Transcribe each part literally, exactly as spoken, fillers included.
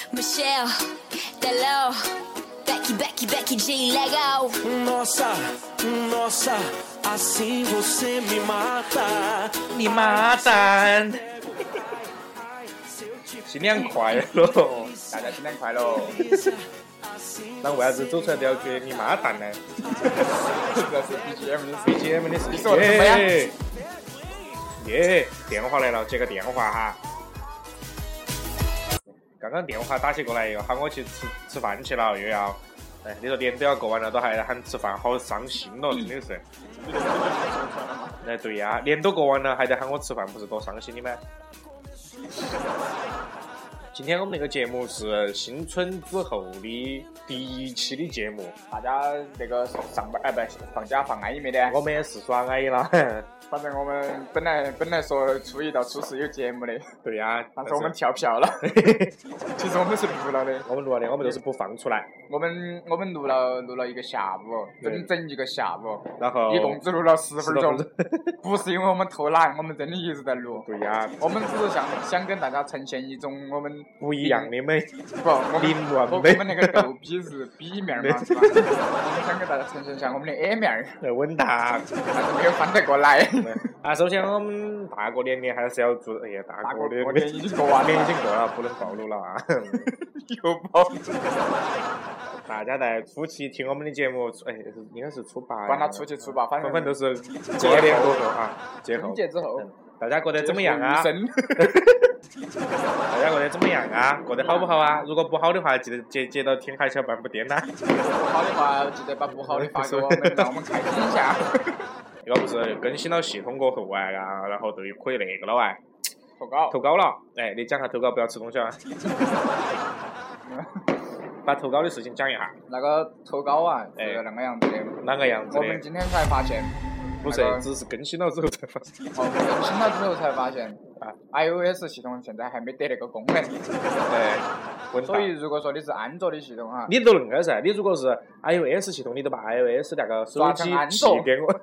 Michelle, Delo, Becky, Becky, Becky G, Lego. Nossa, nossa, assim você me mata, 你妈蛋！新年快乐！ 大家新年快乐！ 那为啥子走出来都要觉你妈蛋呢？ 这是 B G M 的 B G M 的事你说的什么呀？ 耶耶！电话来了，接个电话哈。刚刚电话打起过来，又喊我去吃吃饭去了，又要，哎，你说年都要过完了，都还喊吃饭，好伤心咯，真的是。哎，对呀、啊，年都过完了，还得喊我吃饭，不是多伤心的吗？今天我们那个节目是新春之后的第一期的节目， 大家那个上班哎不放假放安逸没得？ 我们也是耍安逸了。 反正我们本来本来说初一到初四有节目的， 对呀、啊， 但是我们跳票了。其实我们是录了的， 我们录了的，我们都是不放出来。 我们我们录了录了一个下午，整整一个下午， 然后一共只录了十分钟。不是因为我们偷懒，我们真的一直在录。 对呀、啊， 我们只是想想跟大家呈现一种我们不一样的美， 不，我们凌乱我美。 我们那个逗比是 B 面嘛，是吧？我们想给大家呈现一下我们的 A 面， 稳当， 但是没有翻得过来。 啊，首先我们大过年的还是要祝，哎呀，大过年过年已经过完了， 年已经过了，不能暴露了啊！ 又暴露。 大家在初期听我们的节目，哎，应该是初八， 管他初七初八，反正反正都是过年过后啊，节后， 春节之后， 大家过得怎么样啊？大家过得怎么样啊？过得好不好啊？如果不好的话，记得接接到听海小半步颠呐。 不好的话，记得把不好的发给我们，让我们开心一下。 那个不是更新了系统过后啊，然后就可以那个了啊， 投稿投稿了。哎，你讲下投稿，不要吃东西啊。把投稿的事情讲一下。 那个投稿啊，是那个样子的。 哪个样子的？ 我们今天才发现。 不是，只是更新了之后才发现。 哦，更新了之后才发现啊 ，iOS 系统现在还没得那个功能。 哎， 所以如果说你是安卓的系统哈， 你都那个噻，你如果是 iOS 系统，你都把 iOS 那个手机寄给我，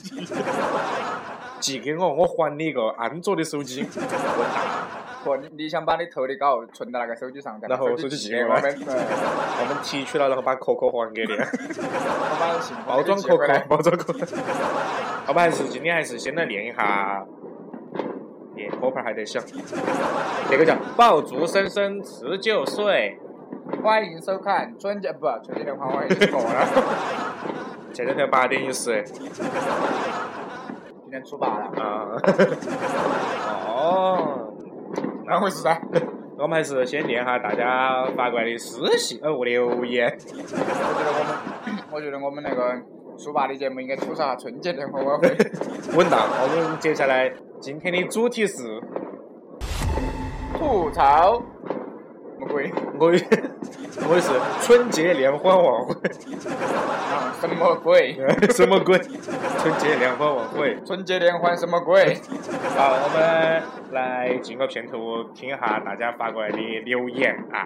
寄给我，我还你一个安卓的手机。 不，你你想把你投的稿存到那个手机上， 然后手机寄给我们，我们提取了，然后把壳壳还给你。 我把包装壳壳，包装壳壳。我们还是今天还是先来练一下，耶，火牌还得响。那个叫爆竹声声辞旧岁。 欢迎收看春节不春节联欢晚已经过了。 现在才八点一十。 今天初八了。 啊。哦。 哪回事啊？ 我们还是先念下大家发过来的私信呃留言。 我觉得我们，我觉得我们那个初八的节目应该吐槽下春节联欢晚会。 稳当，我们接下来今天的主题是吐槽。什么鬼？ 我我是春节联欢晚会。 啊，什么鬼？ 什么鬼？春节联欢晚会。 春节联欢什么鬼？ 好，我们来进个片头，听一下大家发过来的留言啊。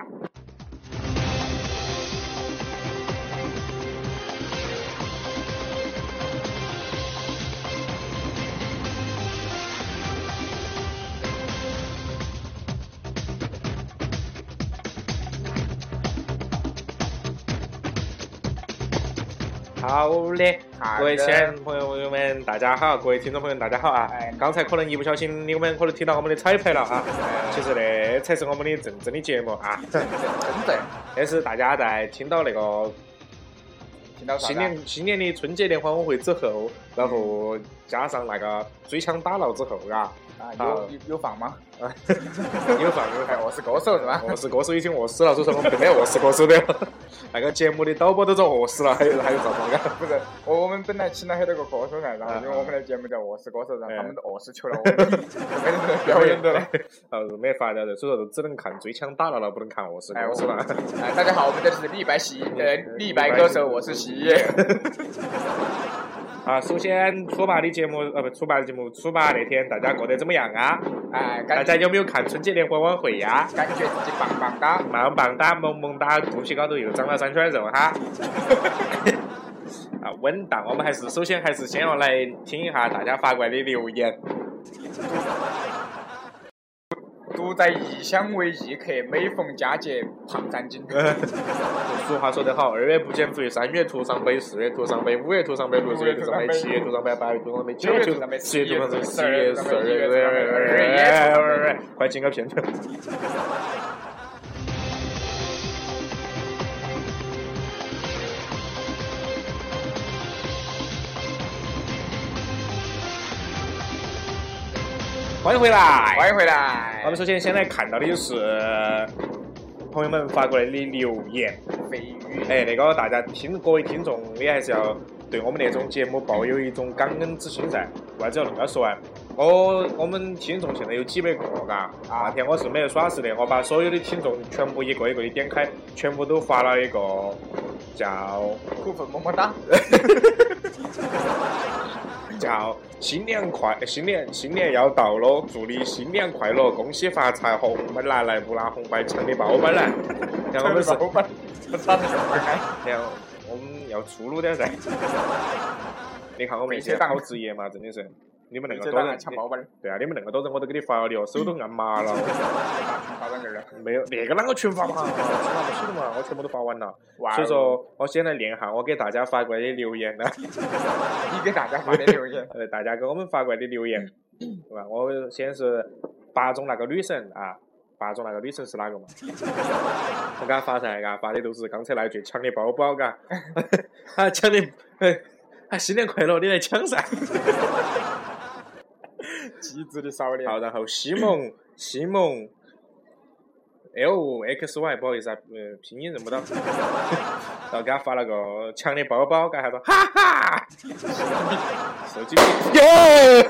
好的，各位亲爱的朋友们，大家好！各位听众朋友，大家好啊！ 哎， 刚才可能一不小心，你们可能听到我们的彩排了啊。其实那才是我们的真正的节目啊。 真正。 那是大家在听到那个听到新年新年的春节联欢晚会之后，然后加上那个追枪打闹之后啊。 啊，有有有放吗？ 啊，有放有放。 我是歌手是吧？ 我是歌手已经饿死了，所以说我们没有我是歌手的。那个节目的导播都遭饿死了，还有还有照放的。 不是，我我们本来请了很多个歌手噻，然后因为我们的节目叫《我是歌手》，然后他们都饿死球了，我们没人在表演的了。 呃，没法的，所以说只能看追枪打闹了，不能看我是歌手了。 哎，大家好，我们这里是李白喜，呃，李白歌手，我是喜爷。 啊，首先初八的节目，呃不，初八的节目，初八那天大家过得怎么样啊？ 哎， 大家有没有看春节联欢晚会呀？ 感觉自己棒棒哒， 棒棒哒，萌萌哒，肚皮高头又长了三圈肉哈。啊，稳当，我们还是首先还是先要来听一下大家发过来的留言。 肚独在异乡为异客，每逢佳节胖三斤。 俗话说得好，二月不减肥，三月徒伤悲，四月徒伤悲，五月徒伤悲，六月徒伤悲，七月徒伤悲，八月徒伤悲，九月徒伤悲，十月徒伤悲，十一月、十二月，快进个片头。欢迎回来， 欢迎回来。 我们首先先来看到的是朋友们发过来的留言。 蜚语。 哎，那个大家听，各位听众，你还是要对我们那种节目抱有一种感恩之心噻。为啥子要那么说啊？我我们听众现在有几百个，嘎。那天我是没有耍实的，我把所有的听众全部一个一个的点开，全部都发了一个叫股份么么哒。 叫新年快，新年新年要到了，祝你新年快乐，恭喜发财，红包拿来，不拿红包抢你包包来。然后我们是， 不是拿着红包开。 然后我们要粗鲁点噻。你看我们这些好职业嘛，真的是。你们那个多人抢包包。对啊，你们那个多人我都给你发了的哦，手都按麻了。 发到这儿了。 没有，那个啷个群发嘛？群发不起的嘛，我全部都发完了。所以说，我先来念下我给大家发过来的留言呢。 你给大家发的留言？ 呃，大家给我们发过来的留言，对吧？我先是八中那个女神啊，八中那个女神是哪个嘛？我给他发噻，给他发的都是刚才那句抢你包包，嘎，啊抢你，啊新年快乐，你来抢噻。 机智的少年。 好，然后西蒙西蒙 L X Y 不好意思啊，呃拼音认不到。然后给他发了个抢你包包，给他说哈哈，手机哟，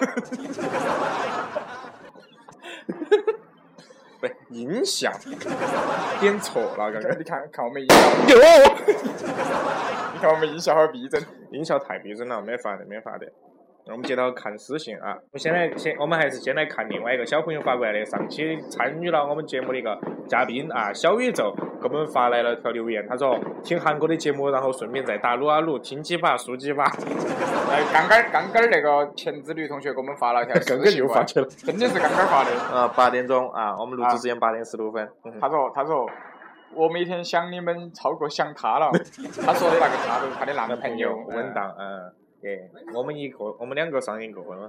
不是音效点错了，刚刚你看看我们音效哟， 你看我们音效好逼真， 音效太逼真了，没法的，没法的。我们接到看私信啊，我们先来先，我们还是先来看另外一个小朋友发过来的，上期参与了我们节目的一个嘉宾啊，小宇宙给我们发来了条留言，他说听韩国的节目，然后顺便在打撸啊撸，听几把输几把。 哎，刚刚刚刚那个钱之旅同学给我们发了一条刚刚又发去了， 真的是刚刚发的。 啊，八点钟啊，我们录制时间八点十六分。 嗯、他说他说我每天想你们超过想他了。他说的那个他就是他的男朋友， 稳当嗯。对，我们一个，我们两个上一个了。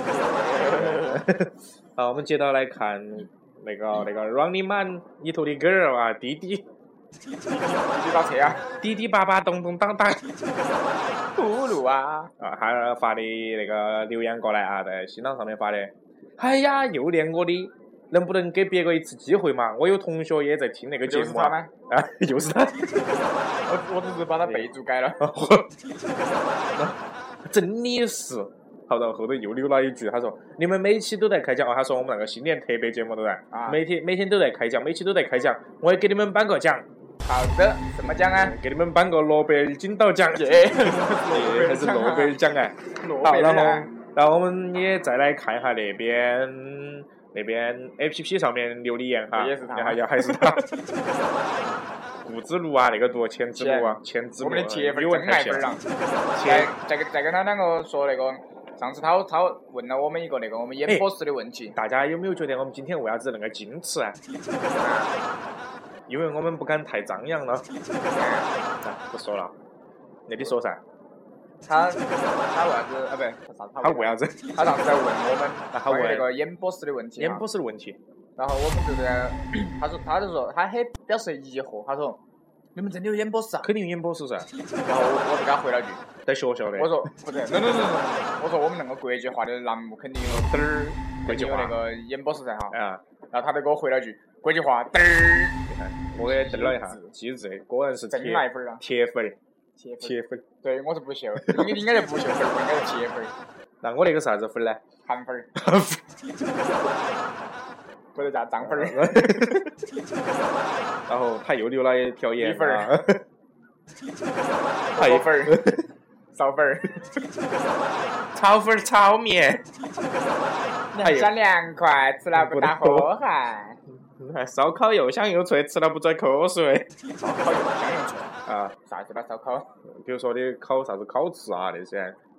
好，我们接着来看那个那个 Running Man 里头的 girl 啊，滴滴，滴滴打车啊， 滴滴爸爸咚咚当当， 葫芦啊， 啊，还发的那个留言过来啊，在新浪上面发的，哎呀，又练我的，能不能给别个一次机会嘛？我有同学也在听那个节目啊，啊，就是他， 我我只是把他备注改了。 真的是，好的，后头又留了一句，他说你们每期都在开奖哦，他说我们那个新年特别节目都在，啊、每天每天都在开奖，每期都在开奖，我也给你们颁个奖。 好的，什么奖啊？ 给你们颁个诺贝尔金道奖，耶，还是诺贝尔奖哎。好，然后然后我们也再来看一下那边那边 A P P 上面留的言哈， 也是他， 还还是他。古之路啊，那个读钱之路啊，钱之路。 我们的铁粉真爱粉啊！再再跟再跟他两个说那个，上次他他问了我们一个那个我们演播室的问题， 大家有没有觉得我们今天为啥子那个矜持啊？因为我们不敢太张扬了。不说了，那你说噻？ 他他为啥子啊？不对，他啥？ 他为啥子？ 他上次在问我们关于那个演播室的问题。 演播室的问题。 然后我们就是，他说，他就说，他很表示疑惑，他说，你们真的有演播室啊？ 肯定有演播室噻。 然后我我就给他回了句， 在学校的。 我说不对，no no no no，我说我们那个国际化的栏目肯定有嘚儿，肯定有那个演播室噻哈。啊。然后他就给我回了句，国际化嘚儿。 我也嘚了一下，机智，果然是真爱粉啊。 铁粉。 铁铁粉。 对，我是不秀，应应该是不秀粉，应该是铁粉。 那我那个啥子粉呢？ 韩粉。或者叫张粉儿， 然后他又留了一条言粉啊， 炒粉儿，烧粉儿， 炒粉儿炒面， 凉香凉快，吃了不打呵汗。 烧烤又香又脆，吃了不拽口水。 烧烤又香又脆啊？ 啥子吧烧烤？ 比如说你烤啥子烤翅啊那些，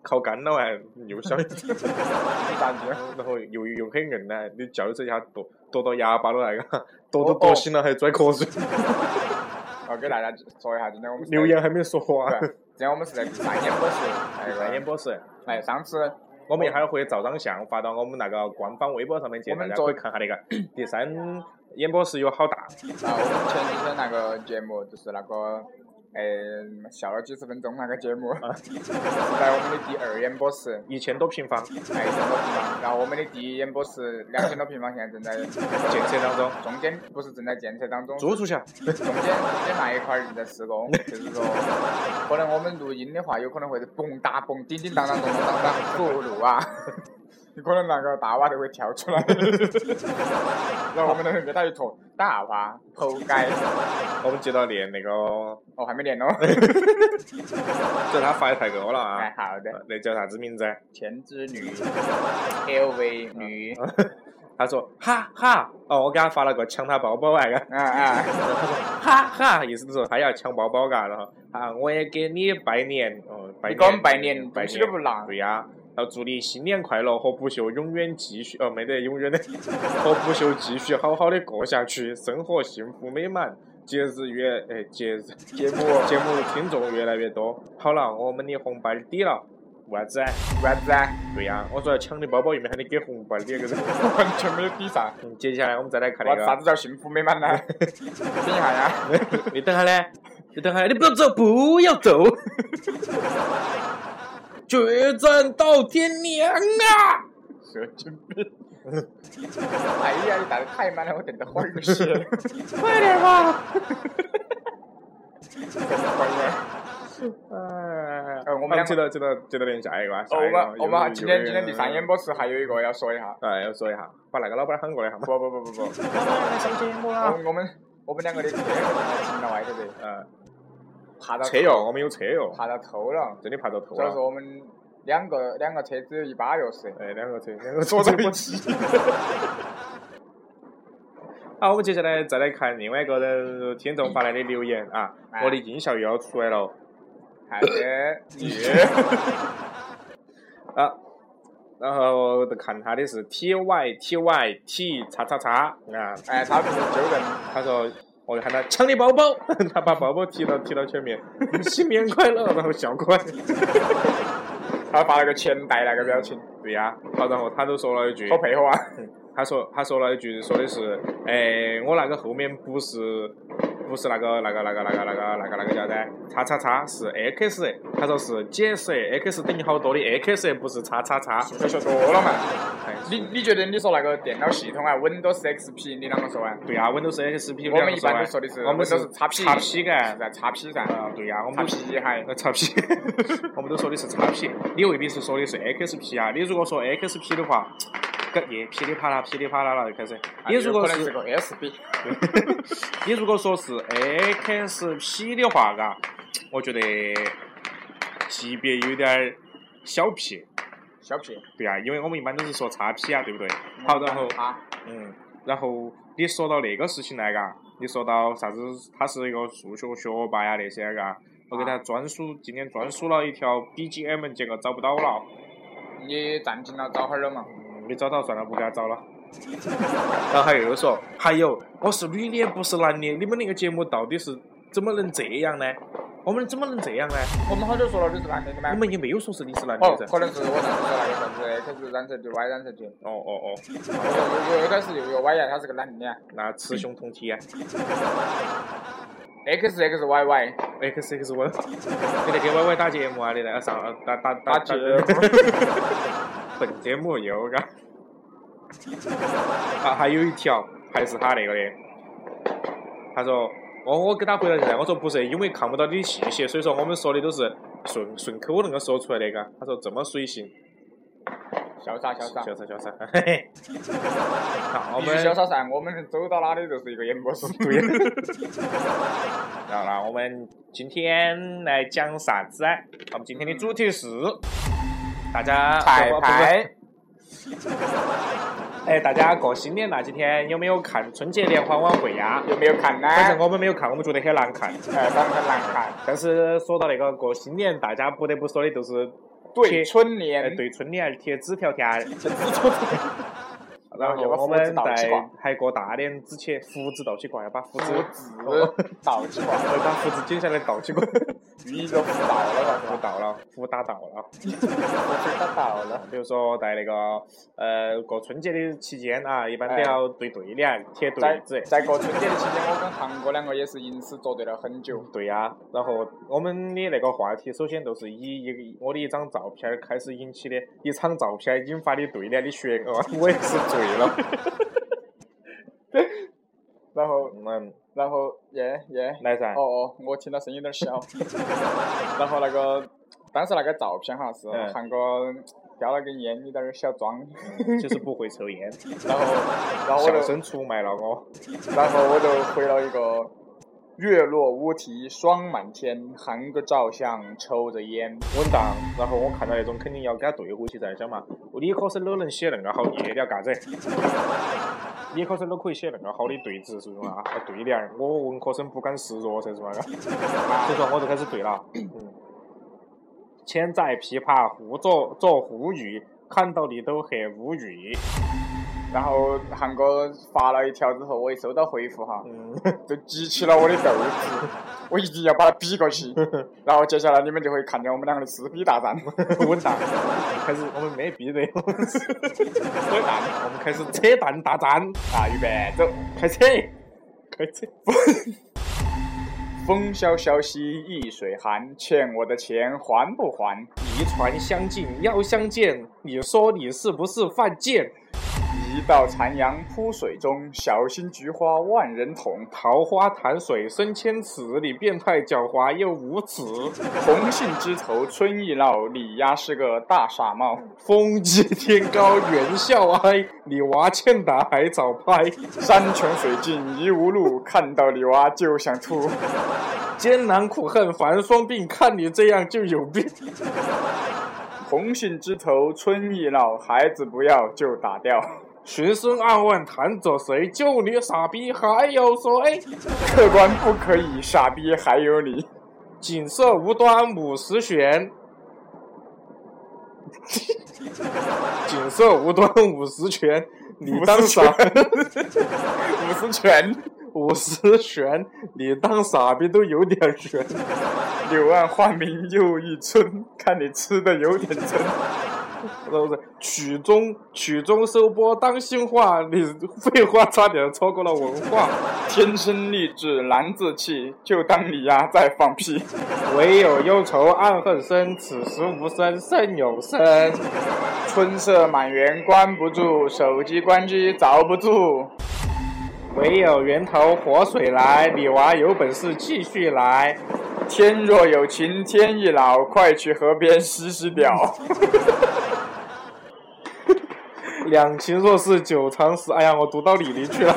烤干了啊，又小一点。 咋子？ 然后又又很硬呢，你嚼这一下剁剁到牙巴了那个，剁都剁醒了还拽瞌睡。 我给大家说一下，今天我们留言还没说完。 今天我们是在第三演播室， 第三演播室。 哎，上次我们一会儿会照张相发到我们那个官方微博上面去，大家可以看下那个第三演播室有好大。 啊，我们前几天那个节目就是那个。呃，笑了几十分钟那个节目，啊、是在我们的第二演播室， 一千多平方， 哎，一千多平方。然后我们的第一演播室两千多平方，现在正在建设当中。 中间不是正在建设当中， 租出去。 中间中间那一块正在施工，就是说，可能我们录音的话，有可能会是蹦哒蹦、叮叮当当、咚咚当当、不录啊。你可能那个大娃都会跳出来，然后我们那个给他一坨大娃头盖。 我们接到练那个，哦还没练哦。 这他发的太高了啊！ 哎，好的。 那叫啥子名字？ 天之女 ，L V 女。 他说哈哈，哦，我给他发了个抢他包包那个。 啊啊。 他说哈哈，意思就是他要抢包包嘎，然后啊，我也给你拜年哦，拜年。 你给我们拜年，东西都不拿。 对呀。要祝你新年快乐和不朽永远继续，哦，没得永远的，和不朽继续好好的过下去，生活幸福美满，节日越哎节日节目节目听众越来越多。好了，我们的红包抵了，为啥子啊？ 为啥子啊？ 对呀、啊，我说要抢你包包，又没喊你给红包，你这个人完全没有抵上。 嗯，接下来我们再来看那个。 啥子叫幸福美满呢？等一下呀， 你等下呢？你等下，你不要走，不要走。决战到天亮啊！ 神经病！哎呀，你打的太慢了，我等着换个血。 快点吧！ 哎，我们两接着接着接着连下一个啊！ 我们我们今天今天第三演播室还有一个要说一下。 哎，要说一下，把那个老板喊过来哈。 不不不不不， 老板来上节目了。 我们我们两个的车正在停到外头的。 嗯。 怕到车哟，我们有车哟。 怕到偷了， 真的怕到偷了。 所以说我们两个两个车只有一把钥匙。 哎，两个车，两个坐在一起。好，我们接下来再来看另外一个人听众发来的留言啊，我的音效又要出来了。 好的，你。 啊，然后看他的是 T Y T Y T 叉叉叉啊， 哎，他不是旧人， 他说。我就喊他抢你包包，他把包包提到提到前面，新年快乐，然后笑过来。 他发了个钱袋那个表情。 对呀、啊，好，然后他都说了一句。 好配合啊！ 他说他说了一句，说的是，哎，我那个后面不是不是那个那个那个那个那个那个那个叫啥？叉叉叉是 X， 他说是解释 X 等于好多的 X， 不是叉叉叉。 数学学多了嘛？你你觉得你说那个电脑系统啊 ，Windows X P， 你啷个说啊？ 对呀、啊、，Windows X P。 我们一般都说的是， 我们是叉 P， 叉 P 噻， 是在叉 P 噻。 啊，对呀、啊，我们叉 P 还叉 P， 我们都说的是叉 P， 你未必是说的是 X P 啊。你如果说 X P 的话，耶噼里啪啦噼里啪啦了就开始。你如果是个 S B， 你如果说是 X P 的话，嘎，我觉得级别有点小 P。 小 P。 对啊，因为我们一般都是说叉 P 啊，对不对？好，然后，嗯，然后你说到那个事情来，嘎，你说到啥子？他是一个数学学霸呀那些，嘎，我给他专属，今天专属了一条 B G M， 结果找不到了。 你暂停了，找会儿了嘛？ 嗯，没找到，算了，不给他找了。然后他又说，还有，我是女的，不是男的，你们那个节目到底是怎么能这样呢？我们怎么能这样呢？ 我们好久说了你是男的的吗？ 我们也没有说是你是男的。 哦，可能是我上次说那个啥子 X 染色体 Y 染色体。 哦哦哦。 有有有一个是又有 Y 呀，他是个男的。 那雌雄同体呀。 X X Y Y X X Y， 你在给 Y Y 打节目啊？你在上打打打节目？ 本节目有个。啊，还有一条，还是他那个的。他说。哦，我给他回了起来，我说不是，因为看不到你的信息，所以说我们说的都是顺顺口能够说出来的，嘎。他说这么随性， 潇洒潇洒， 潇洒潇洒，嘿嘿。好，我们潇洒噻，我们走到哪里都是一个演播室。 对。好了，我们今天来讲啥子？我们今天的主题是大家彩排。 哎，大家过新年那几天有没有看春节联欢晚会呀？ 有没有看呢？ 反正我们没有看，我们觉得很难看。 哎，反正很难看。 但是说到那个过新年，大家不得不说的都是对春联， 哎，对春联贴纸条条。然后要把我们在挂还过大年之前，胡子倒起挂，要把胡子倒起挂， 要把胡子剪下来倒起挂。 寓意都胡到了， 胡到了，胡打到了， 胡打到了。 比如说在那个呃过春节的期间啊，一般都要对对联、贴对子。 在过春节的期间，我跟韩哥两个也是吟诗作对了很久。 对呀、啊，然后我们的那个话题，首先都是以一个我的一张照片开始引起的，一张照片引发的对联的漩涡，我也是醉了。 然后， 嗯， 然后耶耶， 来噻。 哦哦，我听到声音有点小。然后那个，当时那个照片哈是韩哥叼了根烟，有点小装， 就是不会抽烟。 然后，然后我就小声出卖了我。 然后我就回了一个。月落乌啼霜满天，韩哥照相抽着烟， 稳当。然后我看到那种肯定要给他对回去，在想嘛，理科生都能写那个好业，你要干子？理科生都可以写那个好的对子，是不是嘛？对联，我文科生不敢示弱，是不是？所以说我就开始对了。嗯，千载琵琶互作作胡语，看到你都很无语。 然后韩哥发了一条之后，我一收到回复哈， 嗯， 就激起了我的斗志，我一定要把它比过去。然后接下来你们就会看见我们两个的撕逼大战。 稳当，开始我们没逼的，扯蛋，我们开始扯蛋大战啊！预备走， 开车，开车。 风萧萧兮易水寒，欠我的钱还不还？ 一船相近要相见，你说你是不是犯贱？ 一道残阳铺水中，小心菊花万人捅。 桃花潭水深千尺，你变态狡猾又无耻。 红杏枝头春意闹，你丫是个大傻帽。 风急天高猿啸哀，你娃欠打还早拍。 山穷水尽疑无路，看到你娃就想吐。 艰难苦恨凡双病，看你这样就有病。 红杏枝头春意闹，孩子不要就打掉。 寻声暗问弹着谁？就你傻逼还有谁？ 客官不可以，傻逼还有你。 锦瑟无端五十弦，锦瑟无端五十拳，你当傻？ 五十拳， 五十拳，你当傻逼都有点悬。 柳暗花明又一村，看你吃的有点真。 不是曲终曲终收播当心话，你废话差点错过了文化。 天生丽质难自弃，就当你呀在放屁。 唯有忧愁暗恨深，此时无声胜有声。 春色满园关不住，手机关机遭不住。 唯有源头活水来，你娃有本事继续来。 天若有情天亦老，快去河边洗洗屌。 两情若是久长时，哎呀，我读到你里去了。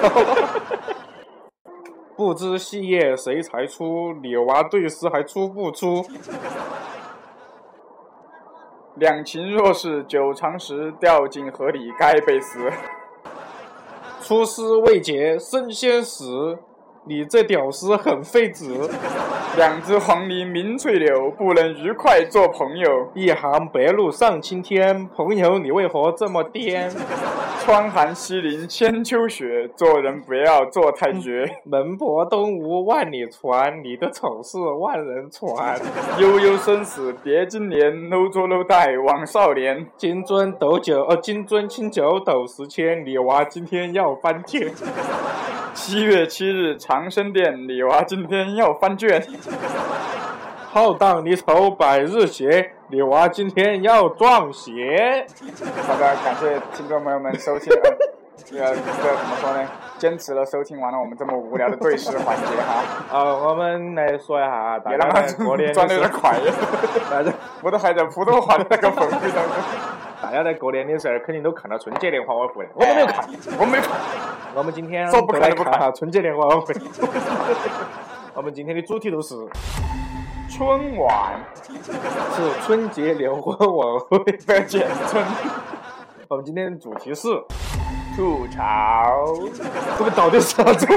不知细叶谁裁出，你娃对诗还出不出？ 两情若是久长时，掉进河里该被死。 出师未捷身先死，你这屌丝很废纸。 两只黄鹂鸣翠柳，不能愉快做朋友。 一行白鹭上青天，朋友你为何这么颠？ 川寒西林千秋雪，做人不要做太绝。 门泊东吴万里船，你的丑事万人传。 悠悠生死别经年，搂着搂带望少年。 金樽斗酒哦，金樽清酒斗十千，你娃今天要翻天。 七月七日长生殿，你娃今天要翻卷。 浩荡离愁百日斜，你娃今天要撞邪。 好的，感谢听众朋友们收听。呃，这个这怎么说呢？坚持了收听完了我们这么无聊的对视环节哈。 呃，我们来说一下大家在过年转的有点快， 大家我都还在普通话的那个氛围当中。 大家在过年的时候肯定都看到春节联欢晚会，我们没有看， 我没看。 我们今天说不看就不看下春节联欢晚会。我们今天的主题都是春晚， 是春节联欢晚会的简称。 我们今天的主题是吐槽， 这个到底是啥子？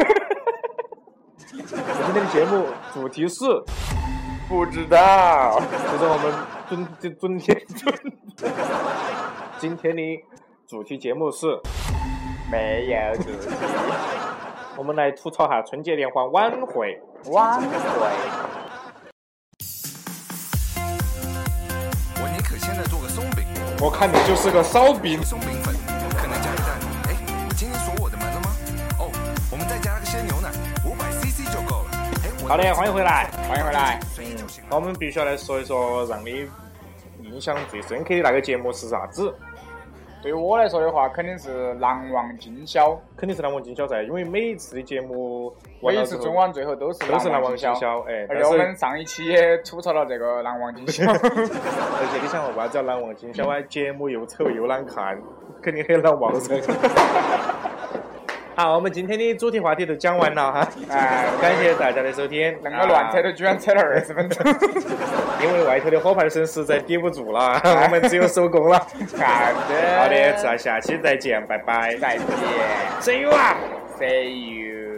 我今天的节目主题是不知道， 就是我们准准准天准。今天的主题节目是没有主题， 我们来吐槽下春节联欢晚会。 晚会。 我宁可现在做个松饼， 我看你就是个烧饼。 松饼粉可能加一蛋。哎，你今天锁我的门了吗？哦，我们再加个鲜牛奶，五百 C C 就够了。哎， 好的，欢迎回来， 欢迎回来。 那我们必须要来说一说让你印象最深刻的那个节目是啥子？ 对于我来说的话，肯定是难忘今宵， 肯定是难忘今宵噻，因为每一次的节目， 每一次春晚最后都是都是难忘今今宵，哎， 而且我们上一期也吐槽了这个难忘今宵。 而且你想，为啥子要难忘今宵啊？节目又丑又难看，肯定很难忘噻。好，我们今天的主题话题都讲完了哈，哎，感谢大家的收听。 那个乱扯的居然扯了二十分钟， 因为外头的火炮声实在抵不住了，我们只有收工了。 好的， 好的，下下期再见，拜拜， 再见 ，See you 啊 ，See you。